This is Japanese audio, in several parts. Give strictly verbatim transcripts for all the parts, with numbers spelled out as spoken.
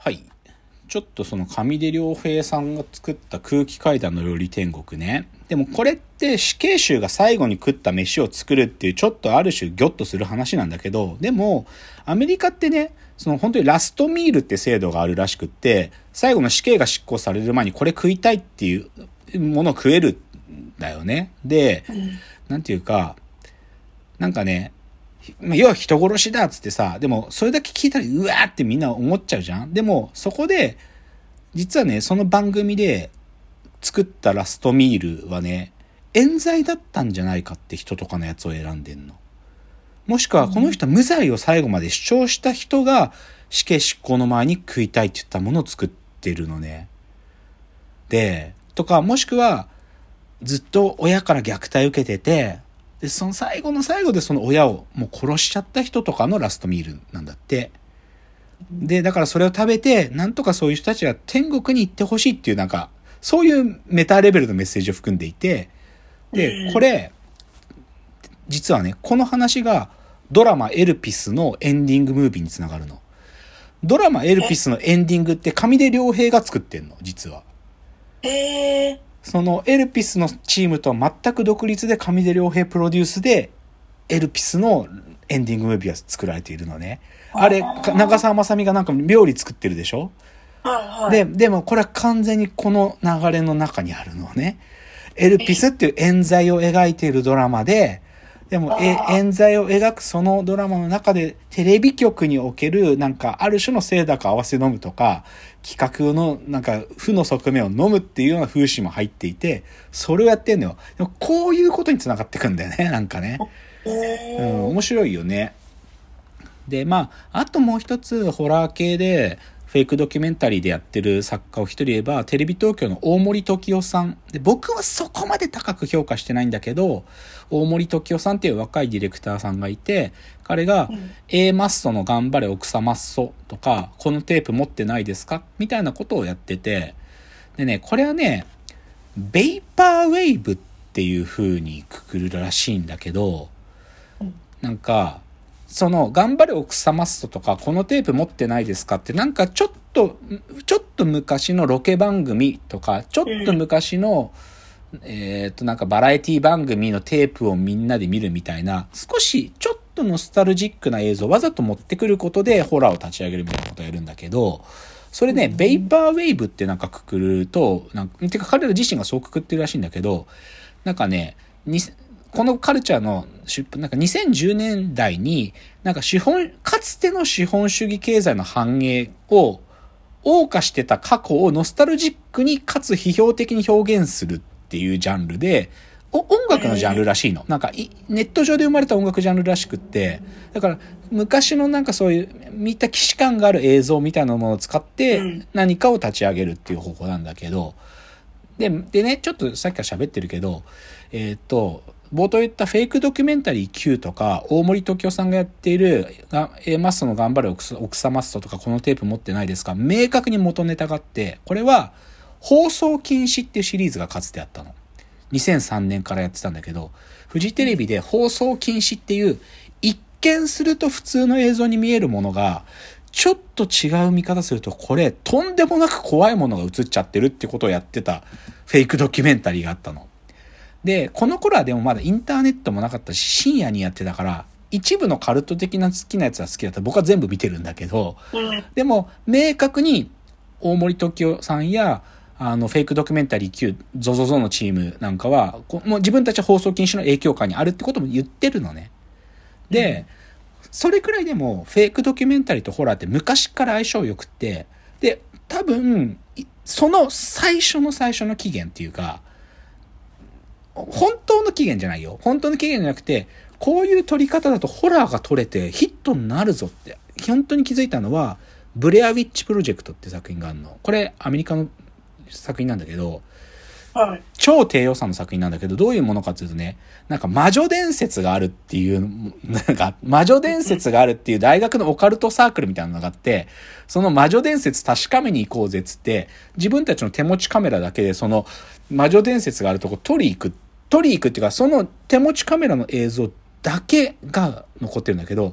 はい。ちょっとその上出良平さんが作った空気階段の料理天国ね。でもこれって死刑囚が最後に食った飯を作るっていうちょっとある種ギョッとする話なんだけど、でもアメリカってね、その本当にラストミールって制度があるらしくって、最後の死刑が執行される前にこれ食いたいっていうものを食えるんだよね。で、なんていうか、なんかね、要は人殺しだっつってさ、でもそれだけ聞いたらうわーってみんな思っちゃうじゃん。でもそこで実はね、その番組で作ったラストミールはね、冤罪だったんじゃないかって人とかのやつを選んでんの。もしくはこの人は無罪を最後まで主張した人が死刑執行の前に食いたいって言ったものを作ってるのね。で、とかもしくはずっと親から虐待を受けてて、で、その最後の最後でその親をもう殺しちゃった人とかのラストミールなんだって。で、だからそれを食べて、なんとかそういう人たちが天国に行ってほしいっていうなんか、そういうメタレベルのメッセージを含んでいて、で、これ、実はね、この話がドラマエルピスのエンディングムービーにつながるの。ドラマエルピスのエンディングって上出良平が作ってんの、実は。 へー。 そのエルピスのチームとは全く独立で上出良平プロデュースでエルピスのエンディングムービーは作られているのね。あれ、長澤まさみがなんか料理作ってるでしょ？ はいはい。 で、でもこれは完全にこの流れの中にあるのね。エルピスっていう冤罪を描いているドラマで、でもえ冤罪を描くそのドラマの中でテレビ局におけるなんかある種の清濁合わせ飲むとか企画のなんか負の側面を飲むっていうような風刺も入っていて、それをやってんのよ。でもこういうことにつながってくんだよね、なんかね。うん、面白いよね。で、まあ、あともう一つホラー系でフェイクドキュメンタリーでやってる作家を一人言えば、テレビ東京の大森時生さんで、僕はそこまで高く評価してないんだけど、大森時生さんっていう若いディレクターさんがいて、彼が A マッソの頑張れ奥様マッソとか、このテープ持ってないですかみたいなことをやってて、でね、これはね、ベイパーウェイブっていう風にくくるらしいんだけど、なんかその頑張れ奥様マッソとかこのテープ持ってないですかってなんかちょっとちょっと昔のロケ番組とかちょっと昔の、うん、えっとなんかバラエティ番組のテープをみんなで見るみたいな少しちょっとノスタルジックな映像をわざと持ってくることでホラーを立ち上げるみたいなことをやるんだけど、それね、ベイパーウェイブってなんかくくるとなんかてか彼ら自身がそうくくってるらしいんだけど、なんかねにこのカルチャーの出版、なんかにせんじゅうねんだいに、なんか資本、かつての資本主義経済の繁栄を謳歌してた過去をノスタルジックにかつ批評的に表現するっていうジャンルで、お音楽のジャンルらしいの。なんかネット上で生まれた音楽ジャンルらしくって、だから昔のなんかそういう見た既視感がある映像みたいなものを使って何かを立ち上げるっていう方法なんだけど、で、でね、ちょっとさっきから喋ってるけど、えっと、冒頭言ったフェイクドキュメンタリー Q とか大森時生さんがやっている A マッソの頑張れ奥様マッソとかこのテープ持ってないですか、明確に元ネタがあって、これは放送禁止っていうシリーズがかつてあったの。にせんさんねんからやってたんだけど、フジテレビで放送禁止っていう一見すると普通の映像に見えるものがちょっと違う見方するとこれとんでもなく怖いものが映っちゃってるってことをやってたフェイクドキュメンタリーがあったの。で、この頃はでもまだインターネットもなかったし、深夜にやってたから、一部のカルト的な好きなやつは好きだった。僕は全部見てるんだけど、でも、明確に大森時生さんや、あの、フェイクドキュメンタリー Q、ゾゾゾのチームなんかは、もう自分たちは放送禁止の影響下にあるってことも言ってるのね。で、それくらいでも、フェイクドキュメンタリーとホラーって昔から相性良くって、で、多分、その最初の最初の起源っていうか、本当の起源じゃないよ。本当の起源じゃなくて、こういう撮り方だとホラーが撮れてヒットになるぞって、本当に気づいたのは、ブレアウィッチプロジェクトって作品があるの。これ、アメリカの作品なんだけど、はい、超低予算の作品なんだけど、どういうものかっていうとね、なんか魔女伝説があるっていう、なんか魔女伝説があるっていう大学のオカルトサークルみたいなのがあって、その魔女伝説確かめに行こうぜっつって、自分たちの手持ちカメラだけでその魔女伝説があるとこ撮り行く。撮り行くっていうか、その手持ちカメラの映像だけが残ってるんだけど、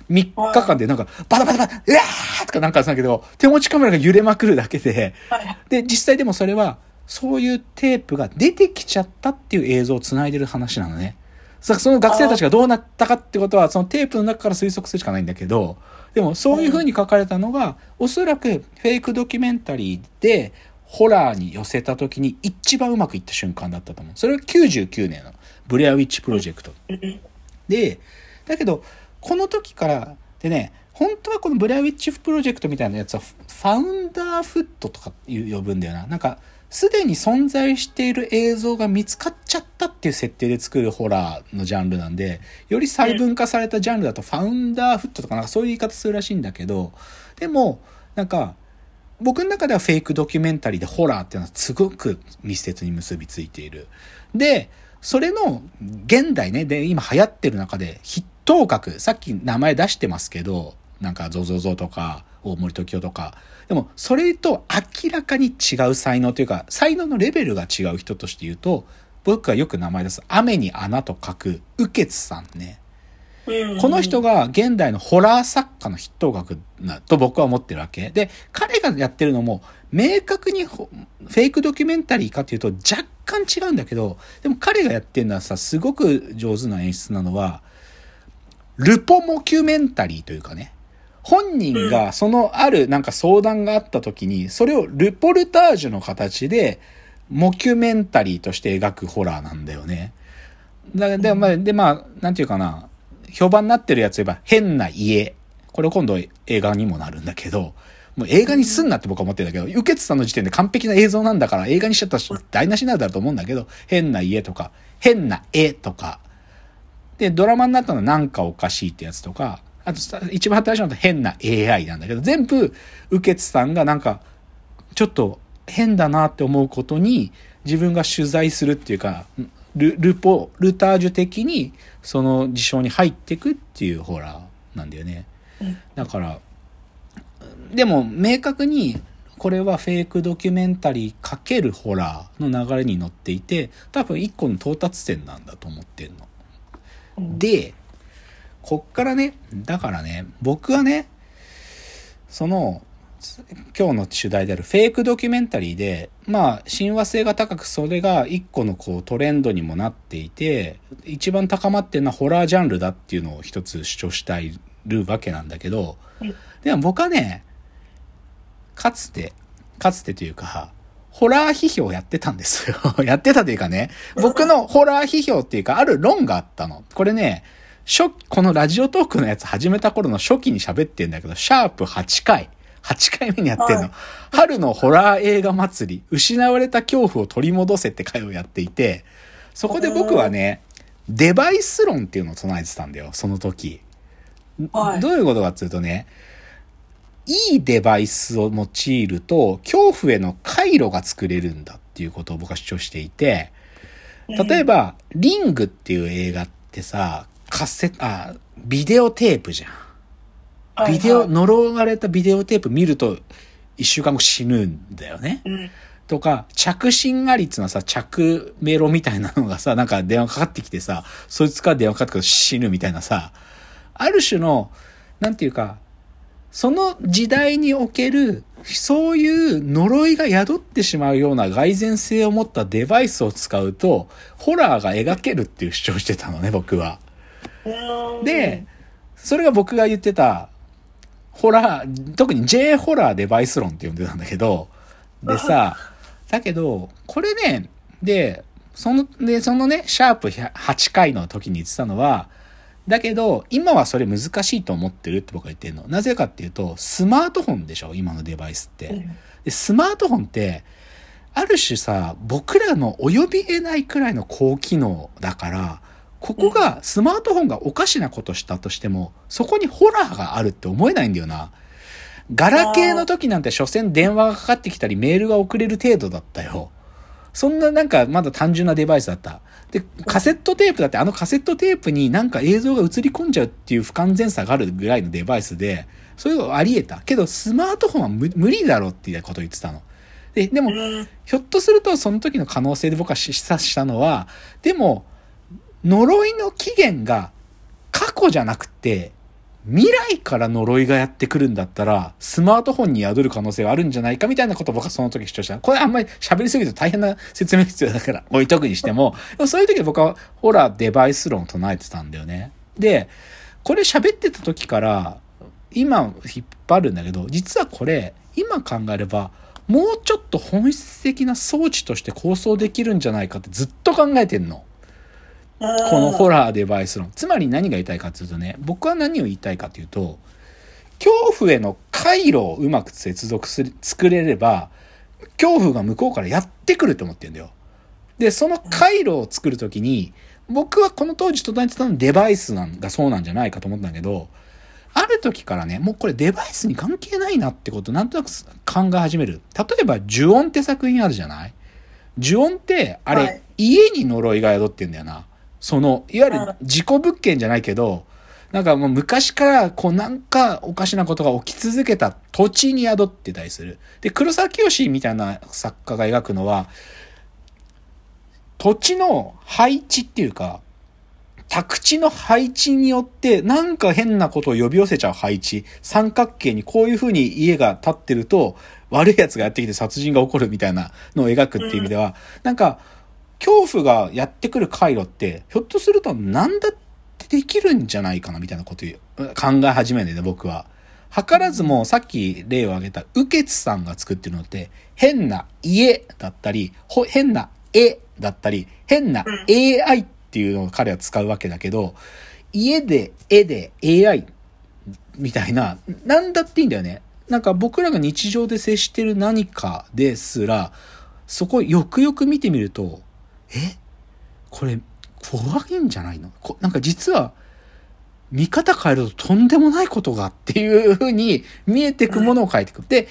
みっかかんでなんかバタバタバタうわーとかなんかだけど手持ちカメラが揺れまくるだけで、 はい。 で実際でもそれはそういうテープが出てきちゃったっていう映像を繋いでる話なのね。さその学生たちがどうなったかってことはそのテープの中から推測するしかないんだけど、でもそういう風に書かれたのがおそらくフェイクドキュメンタリーでホラーに寄せた時に一番うまくいった瞬間だったと思う。それはきゅうじゅうきゅうねんのブレアウィッチプロジェクトで、だけどこの時からでね、本当はこのブレアウィッチプロジェクトみたいなやつはファウンダーフットとか呼ぶんだよな。なんかすでに存在している映像が見つかっちゃったっていう設定で作るホラーのジャンルなんで、より細分化されたジャンルだとファウンダーフットとかなんかそういう言い方するらしいんだけど、でもなんか僕の中ではフェイクドキュメンタリーでホラーっていうのはすごく密接に結びついている。で、それの現代ね、で今流行ってる中で筆頭格、さっき名前出してますけど、なんかゾゾゾとか大森時生とか、でもそれと明らかに違う才能というか才能のレベルが違う人として言うと、僕がよく名前出す雨に穴と書く右傑さんね。この人が現代のホラー作家の筆頭格だと僕は思ってるわけで、彼がやってるのも明確にフェイクドキュメンタリーかというと若干違うんだけど、でも彼がやってるのはさ、すごく上手な演出なのはルポモキュメンタリーというかね、本人がそのあるなんか相談があった時にそれをルポルタージュの形でモキュメンタリーとして描くホラーなんだよね。だでまあでまあなんていうかな、評判になってるやつ言えば変な家、これ今度映画にもなるんだけど、もう映画にすんなって僕は思ってるんだけど、右傑さんの時点で完璧な映像なんだから映画にしちゃったら台無しになるだろうと思うんだけど、変な家とか変な絵とかで、ドラマになったのはなんかおかしいってやつとか、あと一番新しいのは変な エーアイ なんだけど、全部右傑さんがなんかちょっと変だなって思うことに自分が取材するっていうか、ル, ルポルタージュ的にその事象に入っていくっていうホラーなんだよね。だからでも明確にこれはフェイクドキュメンタリー×ホラーの流れに乗っていて、多分一個の到達点なんだと思ってんの。でこっからね、だからね、僕はね、その今日の主題であるフェイクドキュメンタリーで、まあ親和性が高く、それが一個のこうトレンドにもなっていて、一番高まってるのはホラージャンルだっていうのを一つ主張したいるわけなんだけど、でも僕はね、かつてかつてというかホラー批評をやってたんですよやってたというかね、僕のホラー批評っていうかある論があったの。これね、初このラジオトークのやつ始めた頃の初期に喋ってんだけど、シャープはちかいはちかいめにやってんの、はい、春のホラー映画祭り失われた恐怖を取り戻せって回をやっていて、そこで僕はねデバイス論っていうのを唱えてたんだよ、その時、はい、どういうことかっていうとね、いいデバイスを用いると恐怖への回路が作れるんだっていうことを僕は主張していて、例えば、うん、リングっていう映画ってさ、カセあビデオテープじゃん。ビデオ、はいはい、呪われたビデオテープ見ると一週間後死ぬんだよね。うん、とか、着信ありつのさ、着メロみたいなのがさ、なんか電話かかってきてさ、そいつから電話かかってくると死ぬみたいなさ、ある種の、なんていうか、その時代における、そういう呪いが宿ってしまうような蓋然性を持ったデバイスを使うと、ホラーが描けるっていう主張してたのね、僕は。で、それが僕が言ってた、ホラー、特に J ホラーデバイス論って呼んでたんだけど、でさ、だけど、これね、で、その、で、そのね、シャープはちかいの時に言ってたのは、だけど、今はそれ難しいと思ってるって僕は言ってるの。なぜかっていうと、スマートフォンでしょ、今のデバイスって。で、スマートフォンって、ある種さ、僕らの及び得ないくらいの高機能だから、ここが、スマートフォンがおかしなことしたとしても、そこにホラーがあるって思えないんだよな。ガラケーの時なんて所詮電話がかかってきたりメールが送れる程度だったよ。そんななんかまだ単純なデバイスだった。で、カセットテープだって、あのカセットテープになんか映像が映り込んじゃうっていう不完全さがあるぐらいのデバイスで、それがあり得た。けどスマートフォンは 無, 無理だろうっていうことを言ってたの。で、でも、ひょっとするとその時の可能性で僕は示唆したのは、でも、呪いの起源が過去じゃなくて未来から呪いがやってくるんだったら、スマートフォンに宿る可能性はあるんじゃないかみたいなことを僕はその時主張した。これあんまり喋りすぎると大変な説明必要だから置いとくにしても、でもそういう時僕はホラーデバイス論を唱えてたんだよね。で、これ喋ってた時から今引っ張るんだけど、実はこれ今考えればもうちょっと本質的な装置として構想できるんじゃないかってずっと考えてんの。このホラーデバイス論。つまり何が言いたいかっていうとね、僕は何を言いたいかというと、恐怖への回路をうまく接続する、作れれば、恐怖が向こうからやってくると思ってるんだよ。で、その回路を作るときに、僕はこの当時唱えてたのデバイスなんがそうなんじゃないかと思ったんだけど、ある時からね、もうこれデバイスに関係ないなってことをなんとなく考え始める。例えば、呪音って作品あるじゃない？呪音って、あれ、はい、家に呪いが宿ってんだよな。その、いわゆる事故物件じゃないけど、なんかもう昔からこうなんかおかしなことが起き続けた土地に宿ってたりする。で、黒沢清みたいな作家が描くのは、土地の配置っていうか、宅地の配置によってなんか変なことを呼び寄せちゃう配置。三角形にこういう風に家が建ってると悪い奴がやってきて殺人が起こるみたいなのを描くっていう意味では、なんか恐怖がやってくる回路ってひょっとするとなんだってできるんじゃないかなみたいなことを考え始めるんだよね、僕は。図らずもさっき例を挙げた右傑さんが作ってるのって変な家だったり、変な絵だったり、変な エーアイ っていうのを彼は使うわけだけど、家で絵で エーアイ みたいな、なんだっていいんだよね。なんか僕らが日常で接してる何かですら、そこよくよく見てみると、えこれ怖いんじゃないの？こなんか実は見方変えるととんでもないことがっていう風に見えてくものを変えていく。で、